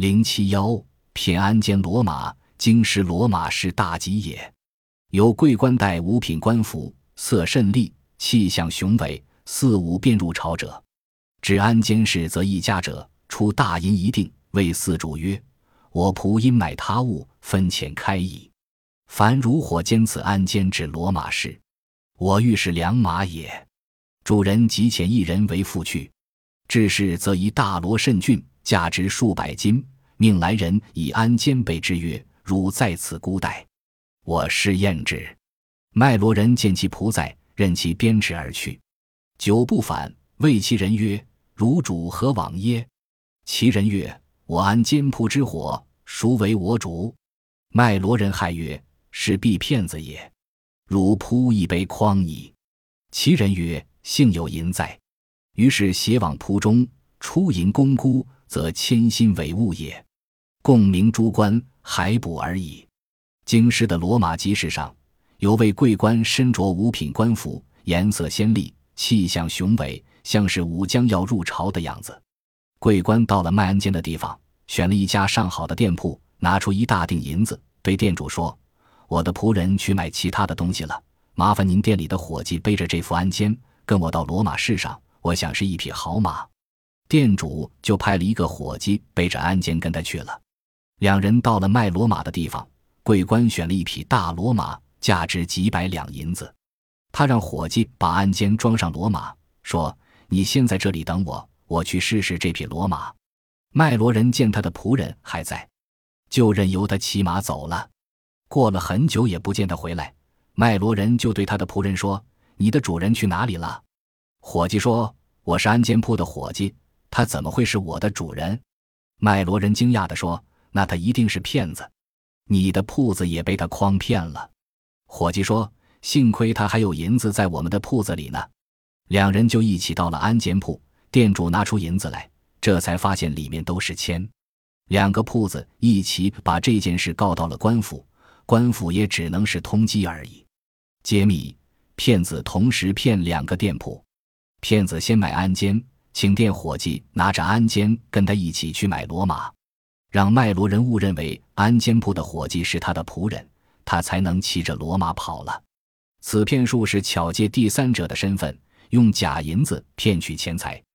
071骗鞍监骡马，京师骡马是大吉也。有桂冠带五品官服，色甚丽，气象雄伟，四五便入朝者。至鞍监事则一家者，出大银一锭，谓饲主曰：我仆因买他物，分钱开矣。凡如火兼此鞍监至骡马事，我欲是良马也。主人即遣一人为复去。至是则一大骡甚俊，价值数百金，命来人以鞍监备之曰：汝在此孤待，我试验之。卖骡人见其仆在，任其鞭笞而去。久不返，谓其人曰：汝主何往耶？其人曰：我鞍监铺之火，孰为我主？卖骡人骇曰：是必骗子也，汝铺一杯筐矣。其人曰：幸有银在。于是携往铺中，出银公估，则千辛伪物也。共鸣诸官，还补而已。京师的骡马集市上，有位贵官身着五品官服，颜色鲜丽，气象雄伟，像是武将要入朝的样子。贵官到了卖鞍监的地方，选了一家上好的店铺，拿出一大锭银子，对店主说：我的仆人去买其他的东西了，麻烦您店里的伙计背着这副鞍监跟我到骡马市上，我想是一匹好马。店主就派了一个伙计背着鞍监跟他去了。两人到了卖骡马的地方，贵官选了一匹大骡马，价值几百两银子。他让伙计把鞍监装上骡马，说：你先在这里等我，我去试试这匹骡马。卖骡人见他的仆人还在，就任由他骑马走了。过了很久也不见他回来，卖骡人就对他的仆人说：你的主人去哪里了？伙计说：我是鞍监铺的伙计，他怎么会是我的主人？卖骡人惊讶地说：那他一定是骗子，你的铺子也被他诓骗了。伙计说：幸亏他还有银子在我们的铺子里呢。两人就一起到了鞍监铺，店主拿出银子来，这才发现里面都是钱。两个铺子一起把这件事告到了官府，官府也只能是通缉而已。揭秘：骗子同时骗两个店铺。骗子先买鞍监，请店伙计拿着鞍监跟他一起去买骡马，让卖骡人误认为鞍监铺的伙计是他的仆人，他才能骑着骡马跑了。此骗术是巧借第三者的身份，用假银子骗取钱财。